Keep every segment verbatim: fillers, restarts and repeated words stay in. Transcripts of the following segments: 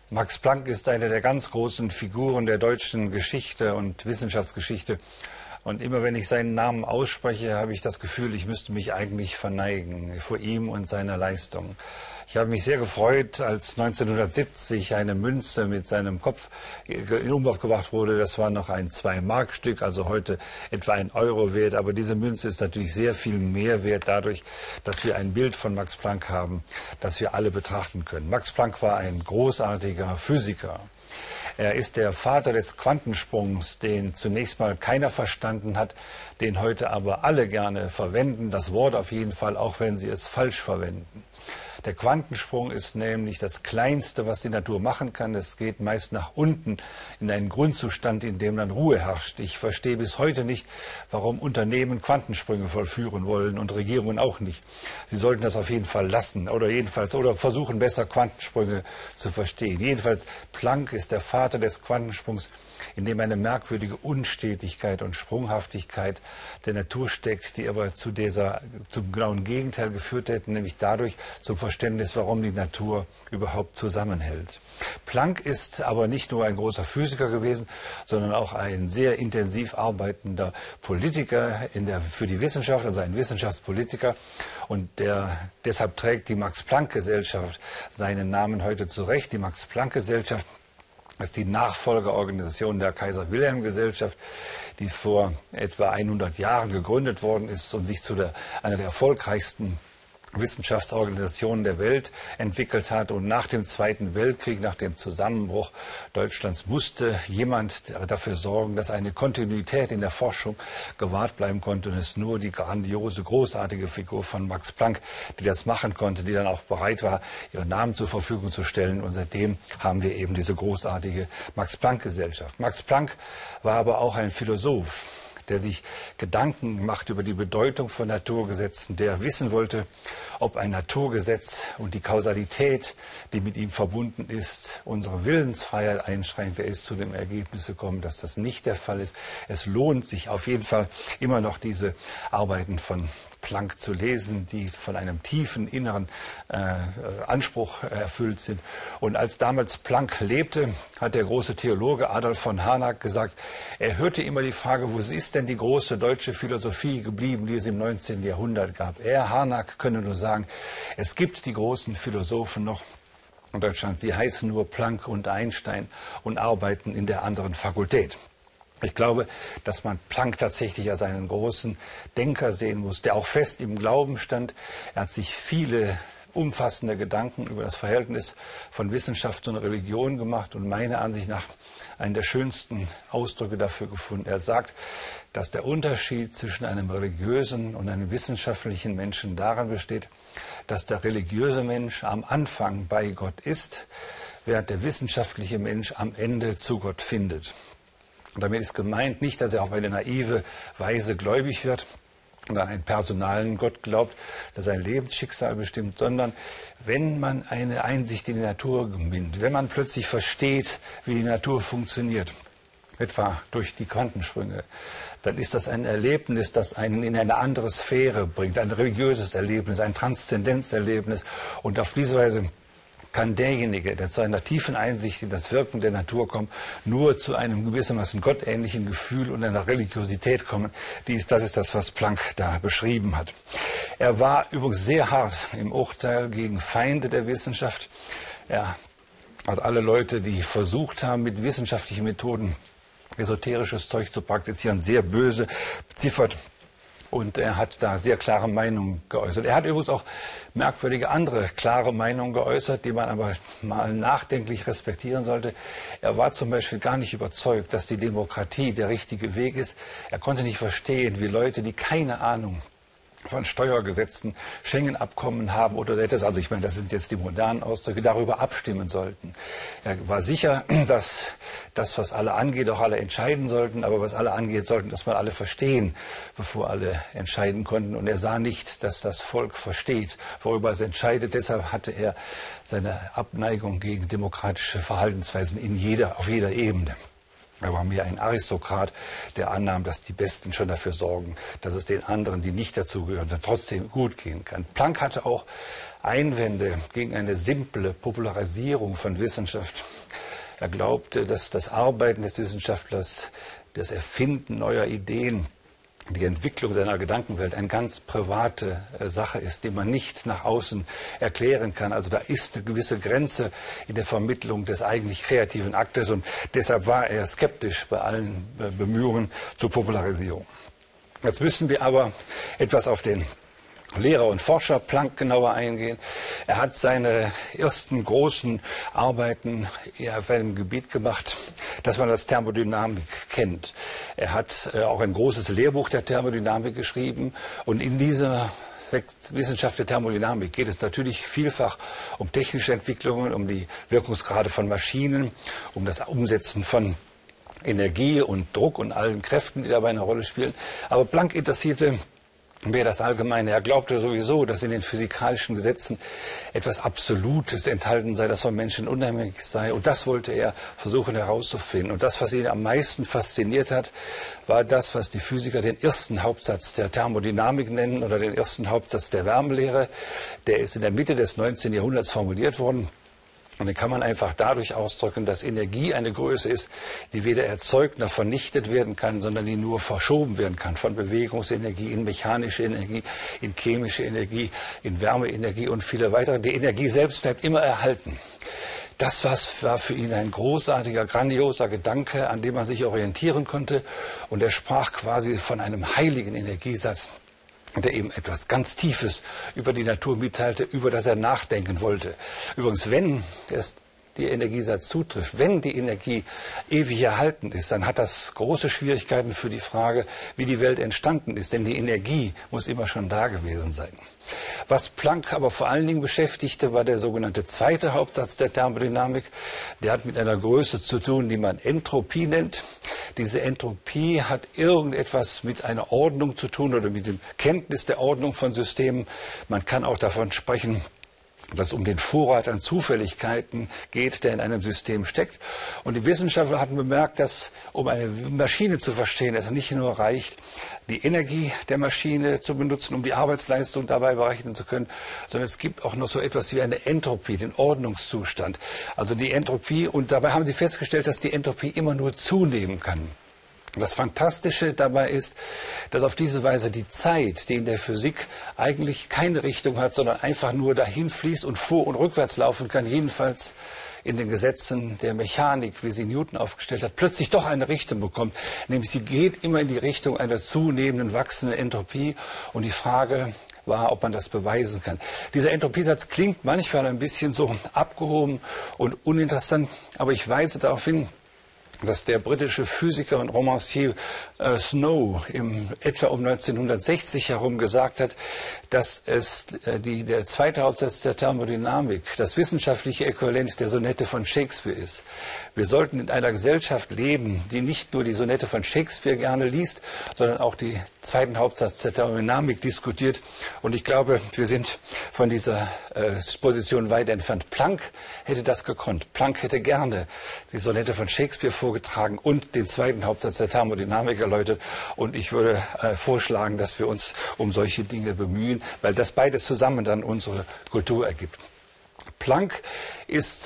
Max Planck ist eine der ganz großen Figuren der deutschen Geschichte und Wissenschaftsgeschichte. Und immer wenn ich seinen Namen ausspreche, habe ich das Gefühl, ich müsste mich eigentlich verneigen vor ihm und seiner Leistung. Ich habe mich sehr gefreut, als neunzehnhundertsiebzig eine Münze mit seinem Kopf in Umlauf gebracht wurde. Das war noch ein Zwei-Mark-Stück, also heute etwa ein Euro wert. Aber diese Münze ist natürlich sehr viel mehr wert dadurch, dass wir ein Bild von Max Planck haben, das wir alle betrachten können. Max Planck war ein großartiger Physiker. Er ist der Vater des Quantensprungs, den zunächst mal keiner verstanden hat, den heute aber alle gerne verwenden. Das Wort auf jeden Fall, auch wenn sie es falsch verwenden. Der Quantensprung ist nämlich das Kleinste, was die Natur machen kann. Es geht meist nach unten in einen Grundzustand, in dem dann Ruhe herrscht. Ich verstehe bis heute nicht, warum Unternehmen Quantensprünge vollführen wollen und Regierungen auch nicht. Sie sollten das auf jeden Fall lassen oder jedenfalls oder versuchen besser Quantensprünge zu verstehen. Jedenfalls Planck ist der Vater des Quantensprungs, in dem eine merkwürdige Unstetigkeit und Sprunghaftigkeit der Natur steckt, die aber zu dieser, zum genauen Gegenteil geführt hätten, nämlich dadurch zum Verständnis, warum die Natur überhaupt zusammenhält. Planck ist aber nicht nur ein großer Physiker gewesen, sondern auch ein sehr intensiv arbeitender Politiker in der, für die Wissenschaft, also ein Wissenschaftspolitiker. Und der, deshalb trägt die Max-Planck-Gesellschaft seinen Namen heute zurecht. Die Max-Planck-Gesellschaft ist die Nachfolgeorganisation der Kaiser-Wilhelm-Gesellschaft, die vor etwa hundert Jahren gegründet worden ist und sich zu der, einer der erfolgreichsten Wissenschaftsorganisationen der Welt entwickelt hat. Und nach dem Zweiten Weltkrieg, nach dem Zusammenbruch Deutschlands, musste jemand dafür sorgen, dass eine Kontinuität in der Forschung gewahrt bleiben konnte. Und es ist nur die grandiose, großartige Figur von Max Planck, die das machen konnte, die dann auch bereit war, ihren Namen zur Verfügung zu stellen. Und seitdem haben wir eben diese großartige Max-Planck-Gesellschaft. Max Planck war aber auch ein Philosoph, der sich Gedanken macht über die Bedeutung von Naturgesetzen, der wissen wollte, ob ein Naturgesetz und die Kausalität, die mit ihm verbunden ist, unsere Willensfreiheit einschränkt. Er ist zu dem Ergebnis gekommen, dass das nicht der Fall ist. Es lohnt sich auf jeden Fall immer noch diese Arbeiten von Planck zu lesen, die von einem tiefen inneren äh, Anspruch erfüllt sind. Und als damals Planck lebte, hat der große Theologe Adolf von Harnack gesagt, er hörte immer die Frage, wo ist denn die große deutsche Philosophie geblieben, die es im neunzehnten Jahrhundert gab. Er, Harnack, könne nur sagen, es gibt die großen Philosophen noch in Deutschland. Sie heißen nur Planck und Einstein und arbeiten in der anderen Fakultät. Ich glaube, dass man Planck tatsächlich als einen großen Denker sehen muss, der auch fest im Glauben stand. Er hat sich viele umfassende Gedanken über das Verhältnis von Wissenschaft und Religion gemacht und meiner Ansicht nach einen der schönsten Ausdrücke dafür gefunden. Er sagt, dass der Unterschied zwischen einem religiösen und einem wissenschaftlichen Menschen darin besteht, dass der religiöse Mensch am Anfang bei Gott ist, während der wissenschaftliche Mensch am Ende zu Gott findet. Und damit ist gemeint nicht, dass er auf eine naive Weise gläubig wird und an einen personalen Gott glaubt, der sein Lebensschicksal bestimmt, sondern wenn man eine Einsicht in die Natur gewinnt, wenn man plötzlich versteht, wie die Natur funktioniert, etwa durch die Quantensprünge, dann ist das ein Erlebnis, das einen in eine andere Sphäre bringt, ein religiöses Erlebnis, ein Transzendenzerlebnis. Und auf diese Weise kann derjenige, der zu einer tiefen Einsicht in das Wirken der Natur kommt, nur zu einem gewissermaßen gottähnlichen Gefühl und einer Religiosität kommen. Die ist, das ist das, was Planck da beschrieben hat. Er war übrigens sehr hart im Urteil gegen Feinde der Wissenschaft. Er hat alle Leute, die versucht haben, mit wissenschaftlichen Methoden esoterisches Zeug zu praktizieren, sehr böse beziffert. Und er hat da sehr klare Meinungen geäußert. Er hat übrigens auch merkwürdige andere klare Meinungen geäußert, die man aber mal nachdenklich respektieren sollte. Er war zum Beispiel gar nicht überzeugt, dass die Demokratie der richtige Weg ist. Er konnte nicht verstehen, wie Leute, die keine Ahnung von Steuergesetzen, Schengen-Abkommen haben oder etwas, also ich meine, das sind jetzt die modernen Ausdrücke, darüber abstimmen sollten. Er war sicher, dass das, was alle angeht, auch alle entscheiden sollten, aber was alle angeht, sollten das mal alle verstehen, bevor alle entscheiden konnten. Und er sah nicht, dass das Volk versteht, worüber es entscheidet. Deshalb hatte er seine Abneigung gegen demokratische Verhaltensweisen in jeder, auf jeder Ebene. Er war mehr ein Aristokrat, der annahm, dass die Besten schon dafür sorgen, dass es den anderen, die nicht dazugehören, dann trotzdem gut gehen kann. Planck hatte auch Einwände gegen eine simple Popularisierung von Wissenschaft. Er glaubte, dass das Arbeiten des Wissenschaftlers, das Erfinden neuer Ideen, die Entwicklung seiner Gedankenwelt eine ganz private äh, Sache ist, die man nicht nach außen erklären kann. Also da ist eine gewisse Grenze in der Vermittlung des eigentlich kreativen Aktes und deshalb war er skeptisch bei allen äh, Bemühungen zur Popularisierung. Jetzt müssen wir aber etwas auf den Lehrer und Forscher Planck genauer eingehen. Er hat seine ersten großen Arbeiten auf einem Gebiet gemacht, das man als Thermodynamik kennt. Er hat auch ein großes Lehrbuch der Thermodynamik geschrieben und in dieser Wissenschaft der Thermodynamik geht es natürlich vielfach um technische Entwicklungen, um die Wirkungsgrade von Maschinen, um das Umsetzen von Energie und Druck und allen Kräften, die dabei eine Rolle spielen. Aber Planck interessierte mehr das Allgemeine. Er glaubte sowieso, dass in den physikalischen Gesetzen etwas Absolutes enthalten sei, das vom Menschen unabhängig sei. Und das wollte er versuchen herauszufinden. Und das, was ihn am meisten fasziniert hat, war das, was die Physiker den ersten Hauptsatz der Thermodynamik nennen oder den ersten Hauptsatz der Wärmelehre. Der ist in der Mitte des neunzehnten Jahrhunderts formuliert worden. Und den kann man einfach dadurch ausdrücken, dass Energie eine Größe ist, die weder erzeugt noch vernichtet werden kann, sondern die nur verschoben werden kann. Von Bewegungsenergie in mechanische Energie, in chemische Energie, in Wärmeenergie und viele weitere. Die Energie selbst bleibt immer erhalten. Das was war für ihn ein großartiger, grandioser Gedanke, an dem man sich orientieren konnte. Und er sprach quasi von einem heiligen Energiesatz, der eben etwas ganz Tiefes über die Natur mitteilte, über das er nachdenken wollte. Übrigens, wenn es die Energiesatz zutrifft, wenn die Energie ewig erhalten ist, dann hat das große Schwierigkeiten für die Frage, wie die Welt entstanden ist. Denn die Energie muss immer schon da gewesen sein. Was Planck aber vor allen Dingen beschäftigte, war der sogenannte zweite Hauptsatz der Thermodynamik. Der hat mit einer Größe zu tun, die man Entropie nennt. Diese Entropie hat irgendetwas mit einer Ordnung zu tun oder mit dem Kenntnis der Ordnung von Systemen. Man kann auch davon sprechen, dass es um den Vorrat an Zufälligkeiten geht, der in einem System steckt. Und die Wissenschaftler hatten bemerkt, dass, um eine Maschine zu verstehen, es nicht nur reicht, die Energie der Maschine zu benutzen, um die Arbeitsleistung dabei berechnen zu können, sondern es gibt auch noch so etwas wie eine Entropie, den Ordnungszustand. Also die Entropie, und dabei haben sie festgestellt, dass die Entropie immer nur zunehmen kann. Das Fantastische dabei ist, dass auf diese Weise die Zeit, die in der Physik eigentlich keine Richtung hat, sondern einfach nur dahin fließt und vor- und rückwärts laufen kann, jedenfalls in den Gesetzen der Mechanik, wie sie Newton aufgestellt hat, plötzlich doch eine Richtung bekommt. Nämlich sie geht immer in die Richtung einer zunehmenden, wachsenden Entropie. Und die Frage war, ob man das beweisen kann. Dieser Entropiesatz klingt manchmal ein bisschen so abgehoben und uninteressant, aber ich weise darauf hin, dass der britische Physiker und Romancier äh, Snow im, etwa um neunzehnhundertsechzig herum gesagt hat, dass es äh, die, der zweite Hauptsatz der Thermodynamik das wissenschaftliche Äquivalent der Sonette von Shakespeare ist. Wir sollten in einer Gesellschaft leben, die nicht nur die Sonette von Shakespeare gerne liest, sondern auch den zweiten Hauptsatz der Thermodynamik diskutiert. Und ich glaube, wir sind von dieser äh, Position weit entfernt. Planck hätte das gekonnt. Planck hätte gerne die Sonette von Shakespeare vorgetragen und den zweiten Hauptsatz der Thermodynamik erläutert. Und ich würde äh, vorschlagen, dass wir uns um solche Dinge bemühen, weil das beides zusammen dann unsere Kultur ergibt. Planck ist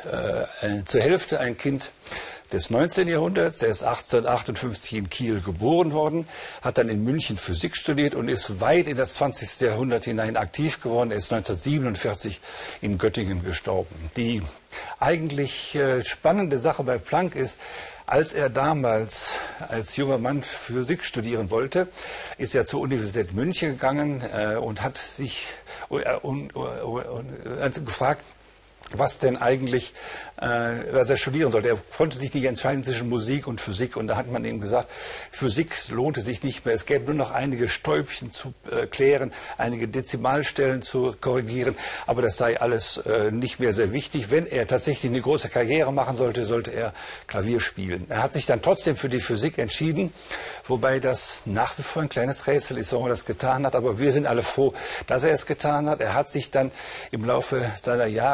äh, zur Hälfte ein Kind des neunzehnten Jahrhunderts. Er ist achtzehnhundertachtundfünfzig in Kiel geboren worden, hat dann in München Physik studiert und ist weit in das zwanzigste Jahrhundert hinein aktiv geworden. Er ist neunzehnhundertsiebenundvierzig in Göttingen gestorben. Die eigentlich äh, spannende Sache bei Planck ist, als er damals als junger Mann Physik studieren wollte, ist er zur Universität München gegangen äh, und hat sich äh, und, und, und, gefragt, was denn eigentlich, äh, was er studieren sollte. Er konnte sich nicht entscheiden zwischen Musik und Physik. Und da hat man ihm gesagt, Physik lohnte sich nicht mehr. Es gäbe nur noch einige Stäubchen zu äh, klären, einige Dezimalstellen zu korrigieren. Aber das sei alles äh, nicht mehr sehr wichtig. Wenn er tatsächlich eine große Karriere machen sollte, sollte er Klavier spielen. Er hat sich dann trotzdem für die Physik entschieden, wobei das nach wie vor ein kleines Rätsel ist, warum er das getan hat. Aber wir sind alle froh, dass er es getan hat. Er hat sich dann im Laufe seiner Jahre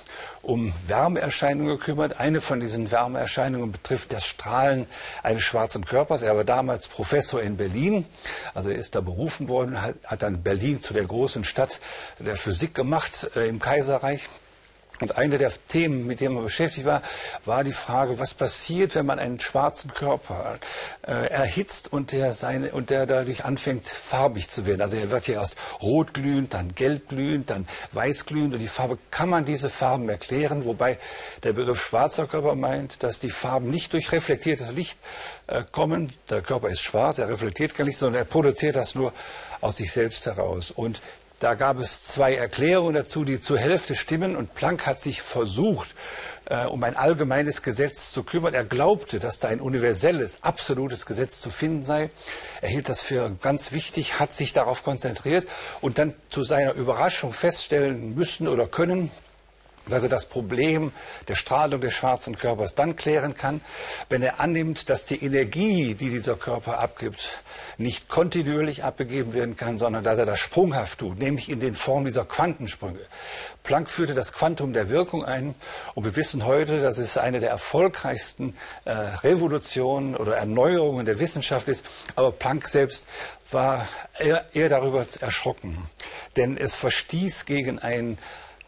um Wärmeerscheinungen gekümmert. Eine von diesen Wärmeerscheinungen betrifft das Strahlen eines schwarzen Körpers. Er war damals Professor in Berlin, also er ist da berufen worden, hat, hat dann Berlin zu der großen Stadt der Physik gemacht äh, im Kaiserreich. Und eine der Themen, mit denen man beschäftigt war, war die Frage, was passiert, wenn man einen schwarzen Körper äh, erhitzt und der, seine, und der dadurch anfängt, farbig zu werden. Also er wird hier erst rotglühend, dann gelbglühend, dann weißglühend. Und die Farbe, kann man diese Farben erklären? Wobei der Begriff schwarzer Körper meint, dass die Farben nicht durch reflektiertes Licht äh, kommen. Der Körper ist schwarz, er reflektiert kein Licht, sondern er produziert das nur aus sich selbst heraus. Und da gab es zwei Erklärungen dazu, die zur Hälfte stimmen. Und Planck hat sich versucht, äh, um ein allgemeines Gesetz zu kümmern. Er glaubte, dass da ein universelles, absolutes Gesetz zu finden sei. Er hielt das für ganz wichtig, hat sich darauf konzentriert und dann zu seiner Überraschung feststellen müssen oder können, dass er das Problem der Strahlung des schwarzen Körpers dann klären kann, wenn er annimmt, dass die Energie, die dieser Körper abgibt, nicht kontinuierlich abgegeben werden kann, sondern dass er das sprunghaft tut, nämlich in den Form dieser Quantensprünge. Planck führte das Quantum der Wirkung ein und wir wissen heute, dass es eine der erfolgreichsten äh, Revolutionen oder Erneuerungen der Wissenschaft ist, aber Planck selbst war eher, eher darüber erschrocken, denn es verstieß gegen ein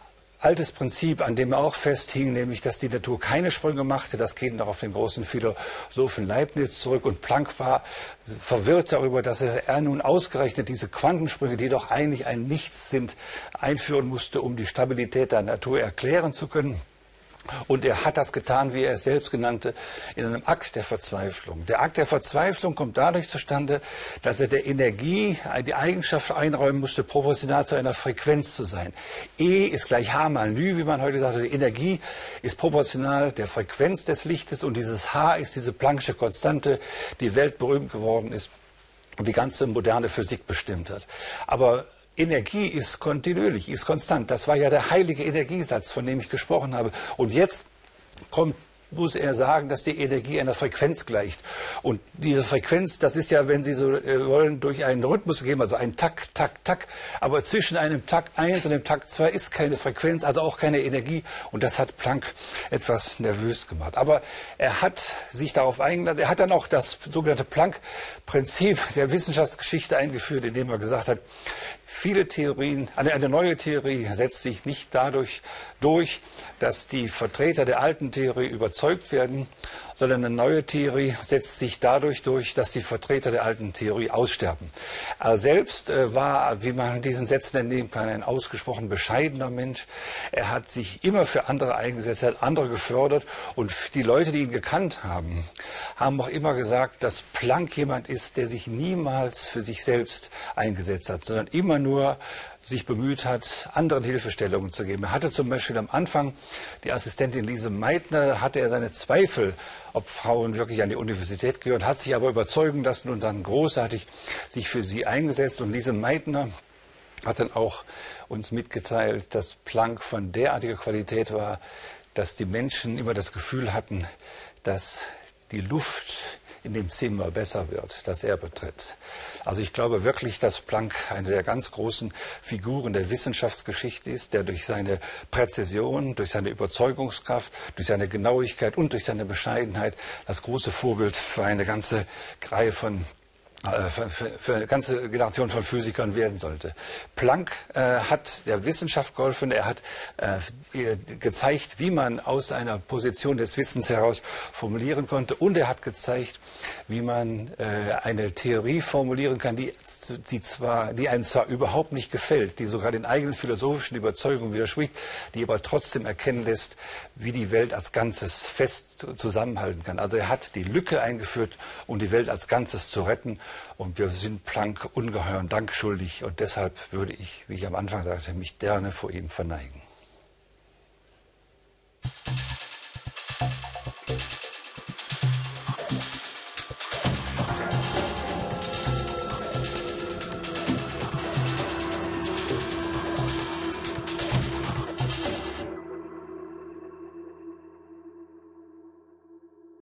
altes Prinzip, an dem er auch festhing, nämlich, dass die Natur keine Sprünge machte. Das geht noch auf den großen Philosophen Leibniz zurück. Und Planck war verwirrt darüber, dass er nun ausgerechnet diese Quantensprünge, die doch eigentlich ein Nichts sind, einführen musste, um die Stabilität der Natur erklären zu können. Und er hat das getan, wie er es selbst genannte, in einem Akt der Verzweiflung. Der Akt der Verzweiflung kommt dadurch zustande, dass er der Energie die Eigenschaft einräumen musste, proportional zu einer Frequenz zu sein. E ist gleich H mal Nü, wie man heute sagt. Also die Energie ist proportional der Frequenz des Lichtes und dieses H ist diese Plancksche Konstante, die weltberühmt geworden ist und die ganze moderne Physik bestimmt hat. Aber Energie ist kontinuierlich, ist konstant. Das war ja der heilige Energiesatz, von dem ich gesprochen habe. Und jetzt kommt, muss er sagen, dass die Energie einer Frequenz gleicht. Und diese Frequenz, das ist ja, wenn Sie so wollen, durch einen Rhythmus gehen, also ein Tak, Tak, Tak. Aber zwischen einem Takt eins und dem Takt zwei ist keine Frequenz, also auch keine Energie. Und das hat Planck etwas nervös gemacht. Aber er hat sich darauf eingelassen. Er hat dann auch das sogenannte Planck-Prinzip der Wissenschaftsgeschichte eingeführt, indem er gesagt hat, viele Theorien, eine, eine neue Theorie setzt sich nicht dadurch durch, dass die Vertreter der alten Theorie überzeugt werden, sondern eine neue Theorie setzt sich dadurch durch, dass die Vertreter der alten Theorie aussterben. Er selbst äh, war, wie man diesen Sätzen entnehmen kann, ein ausgesprochen bescheidener Mensch. Er hat sich immer für andere eingesetzt, er hat andere gefördert und die Leute, die ihn gekannt haben, haben auch immer gesagt, dass Planck jemand ist, der sich niemals für sich selbst eingesetzt hat, sondern immer nur sich bemüht hat, anderen Hilfestellungen zu geben. Er hatte zum Beispiel am Anfang die Assistentin Lise Meitner, hatte er seine Zweifel, ob Frauen wirklich an die Universität gehören, hat sich aber überzeugen lassen und dann großartig sich für sie eingesetzt. Und Lise Meitner hat dann auch uns mitgeteilt, dass Planck von derartiger Qualität war, dass die Menschen immer das Gefühl hatten, dass die Luft in dem Zimmer besser wird, das er betritt. Also ich glaube wirklich, dass Planck eine der ganz großen Figuren der Wissenschaftsgeschichte ist, der durch seine Präzision, durch seine Überzeugungskraft, durch seine Genauigkeit und durch seine Bescheidenheit das große Vorbild für eine ganze Reihe von Für, für, für eine ganze Generation von Physikern werden sollte. Planck äh, hat der Wissenschaft geholfen, er hat äh, gezeigt, wie man aus einer Position des Wissens heraus formulieren konnte und er hat gezeigt, wie man äh, eine Theorie formulieren kann, die, die, zwar, die einem zwar überhaupt nicht gefällt, die sogar den eigenen philosophischen Überzeugungen widerspricht, die aber trotzdem erkennen lässt, wie die Welt als Ganzes fest zusammenhalten kann. Also er hat die Lücke eingeführt, um die Welt als Ganzes zu retten. Und wir sind Planck ungeheuren Dank schuldig. Und deshalb würde ich, wie ich am Anfang sagte, mich gerne vor ihm verneigen.